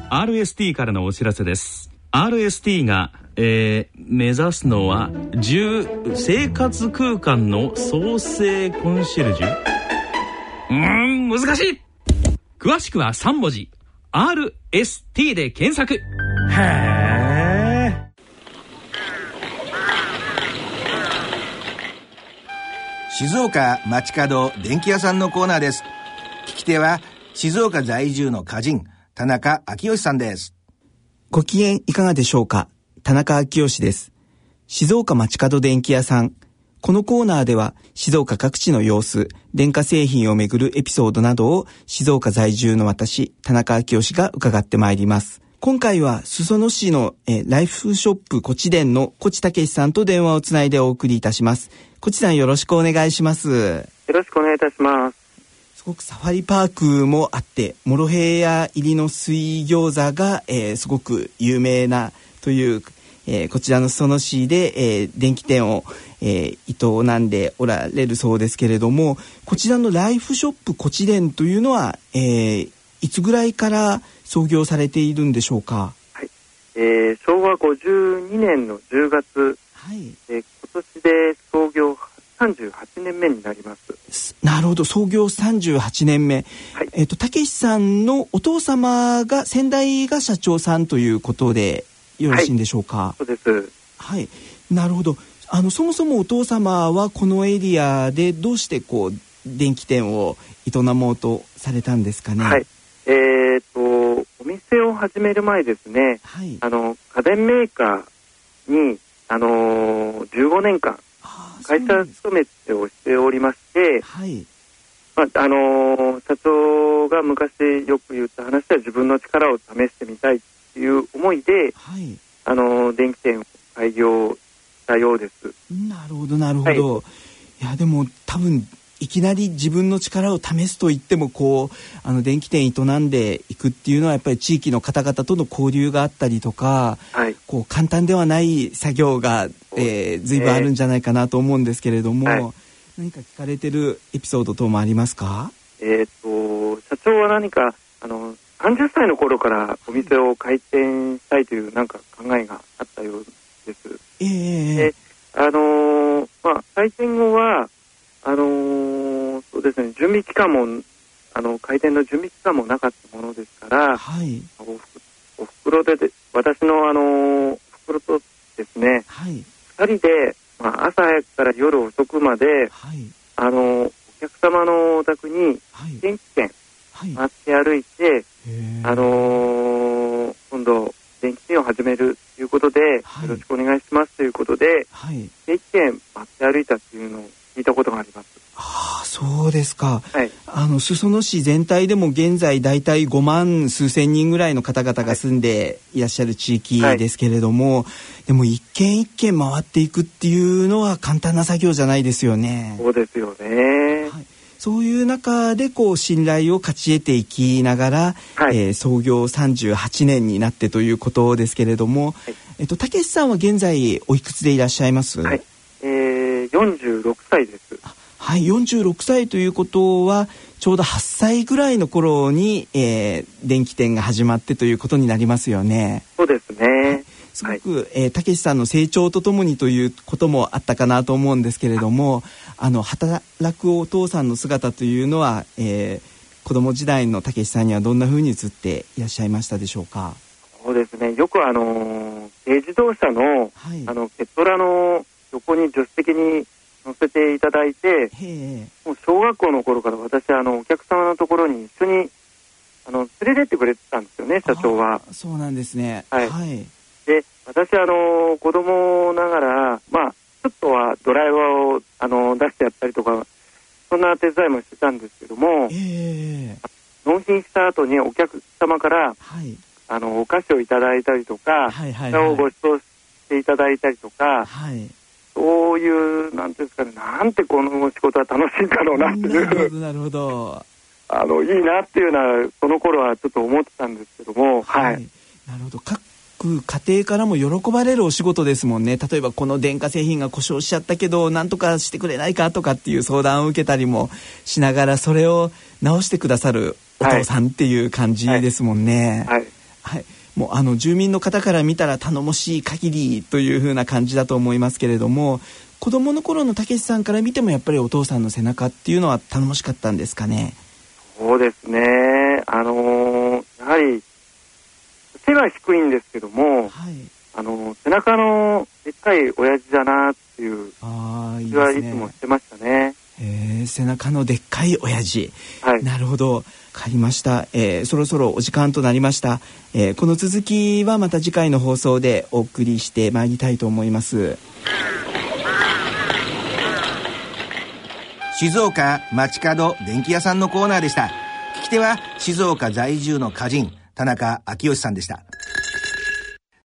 RST からのお知らせです。 RST が、目指すのは生活空間の創生コンシェルジュ。難しい。詳しくは3文字 RST で検索。へー。 静岡街角電気屋さんのコーナーです。聞き手は静岡在住の歌人田中昭義さんです。 ご機嫌いかがでしょうか。田中昭義です。静岡街角電気屋さん。このコーナーでは静岡各地の様子、電化製品をめぐるエピソードなどを静岡在住の私、田中昭義が伺ってまいります。今回は裾野市のライフショップこち電の越智武さんと電話をつないでお送りいたします。越智さん、よろしくお願いします。 よろしくお願いいたします。 すごくサファリパークもあって、モロヘイヤ入りの水餃子が、すごく有名なという、こちらの裾野市で、電気店を、営んでおられるそうですけれども、こちらのライフショップこち電というのは、いつぐらいから創業されているんでしょうか。 はい、昭和52年の10月、はい、今年で創業38年目になります。 なるほど、創業38年目、はい、たけしさんのお父様が先代が社長さんということでよろしいんでしょうか。 はい、そうです。 はい、なるほど。そもそもお父様はこのエリアでどうしてこう電気店を営もうとされたんですかね。 はい、お店を始める前ですね、はい、家電メーカーに、15年間会社勤めをしておりまして、はい、社長が昔よく言った話は自分の力を試してみたいという思いで、はい、電気店を開業したようです。 なるほどなるほど、はい、いやでも多分いきなり自分の力を試すと言ってもこう電気店営んでいくっていうのはやっぱり地域の方々との交流があったりとか、はい、こう簡単ではない作業が、随分あるんじゃないかなと思うんですけれども、はい、何か聞かれてるエピソード等もありますか。 社長は何か30歳の頃からお店を開店したいというなんか考えがあったようです。で開店後はそうですね、準備期間も開店の準備期間もなかったものですから、はい、お袋で私のお袋とですね、はい、2人で、朝早くから夜遅くまで、はい、お客様のお宅に電気店回って歩いて、今度電気店を始めるということで、はい、よろしくお願いしますということで、はい、電気店回って歩いたっていうのを聞いたことがあります。 ああ、そうですか。はい、裾野市全体でも現在だいたい5万数千人ぐらいの方々が住んでいらっしゃる地域ですけれども、はい、でも一軒一軒回っていくっていうのは簡単な作業じゃないですよね。 そうですよね。 はい、そういう中でこう信頼を勝ち得ていきながら、はい、創業38年になってということですけれども、はい、たけしさんは現在おいくつでいらっしゃいます？はい、 46歳です。 はい、46歳ということはちょうど8歳ぐらいの頃に、電気店が始まってということになりますよね。 そうですね。はい、 すごくたけしさんの成長とともにということもあったかなと思うんですけれども、働くお父さんの姿というのは、子供時代のたけしさんにはどんな風に映っていらっしゃいましたでしょうか。 そうですね、よく軽自動車の、はい、ケトラの横に助手席に乗せていただいて、もう小学校の頃から私お客様のところに一緒に連れてってくれてたんですよね、社長は。 そうなんですね。 はい、はい、で私子供ながらちょっとはドライバーを出してやったりとか、そんな手伝いもしてたんですけども、納品した後にお客様から、はい、お菓子をいただいたりとか、をご馳走していただいたりとか、はい、そういうなんていうんですかね、なんてこの仕事は楽しいんだろうなっていう、 なるほどいいなっていうのはその頃はちょっと思ってたんですけども、はい、はい、 なるほど。各家庭からも喜ばれるお仕事ですもんね。例えばこの電化製品が故障しちゃったけどなんとかしてくれないかとかっていう相談を受けたりもしながら、それを直してくださるお父さんっていう感じですもんね。はい、はいはい、 もう住民の方から見たら頼もしい限りという風な感じだと思いますけれども、子供の頃のたけしさんから見てもやっぱりお父さんの背中っていうのは頼もしかったんですかね。 そうですね。やはり背は低いんですけども、はい、背中のでっかい親父だなっていう気はいつもしてましたね。 背中のでっかい親父、はい、なるほど、わかりました。そろそろお時間となりました。この続きはまた次回の放送でお送りしてまいりたいと思います。 静岡街角電気屋さんのコーナーでした。聞き手は静岡在住の歌人田中昭義さんでした。